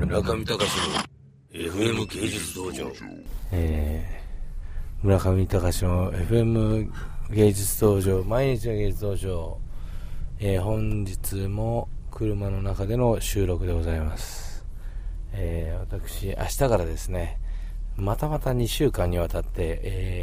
村上隆の FM 芸術道場。 村上隆の FM 芸術道場、毎日の芸術道場、本日も車の中での収録でございます。私明日からですね、また2週間にわたって、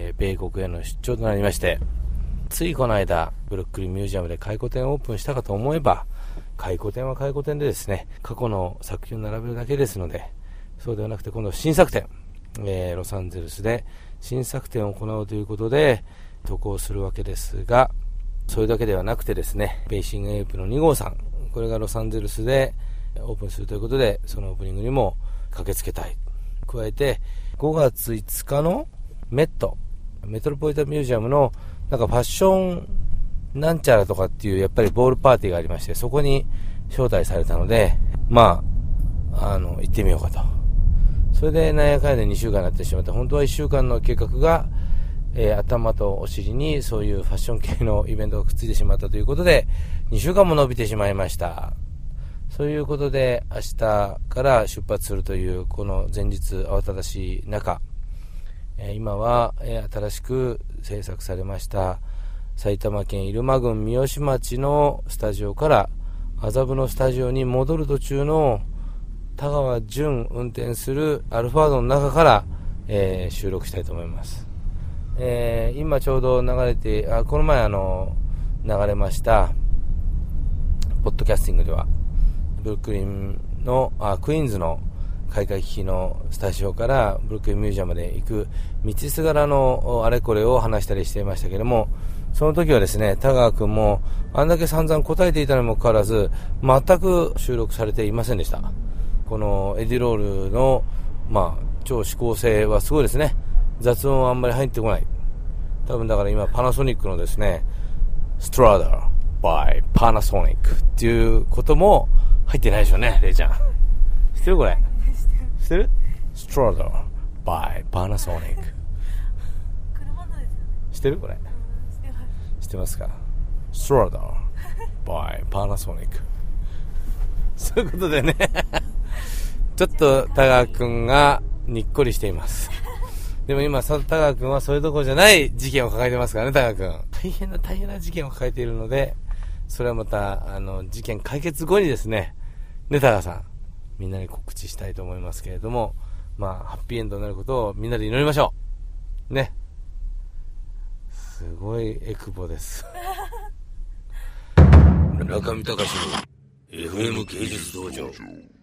米国への出張となりまして、ついこの間ブルックリンミュージアムで回顧展オープンしたかと思えば、回顧展は回顧展でですね、過去の作品を並べるだけですので、そうではなくて今度は新作展、ロサンゼルスで新作展を行うということで渡航するわけですが、それだけではなくてですね、ベーシングエイプの2号さん、これがロサンゼルスでオープンするということで、そのオープニングにも駆けつけたい。加えて5月5日のメトロポリタンミュージアムのなんかファッションなんちゃらとかっていうやっぱりボールパーティーがありまして、そこに招待されたので、行ってみようかと。それでなんやかんやで2週間になってしまって、本当は1週間の計画が、頭とお尻にそういうファッション系のイベントがくっついてしまったということで、2週間も伸びてしまいました。そういうことで明日から出発するというこの前日慌ただしい中、今は、新しく制作されました埼玉県入間郡三芳町のスタジオから麻布のスタジオに戻る途中の田川淳運転するアルファードの中から、収録したいと思います。今ちょうど流れて、この前流れましたポッドキャスティングではブルックリンのクイーンズの開会機のスタジオからブルックリンミュージアムまで行く道すがらのあれこれを話したりしていましたけれども、その時はですね、田川君もあんだけ散々答えていたにもかかわらず全く収録されていませんでした。このエディロールの超指向性はすごいですね。雑音はあんまり入ってこない。多分だから今パナソニックのですね、ストラダー by パナソニックっていうことも入ってないでしょうね、レイちゃん。知ってるこれ？知ってる？ストラダー by パナソニック。 車のですよね。 知ってるこれ？知ってますか？ストラダー by パナソニック。そういうことでねちょっと田川くんがにっこりしています。でも今田川くんはそれどころじゃない事件を抱えてますからね。田川くん大変な事件を抱えているので、それはまた事件解決後にですね、田川さんみんなに告知したいと思いますけれども、ハッピーエンドになることをみんなで祈りましょうね。すごいエクボです村上隆の FM 芸術道場。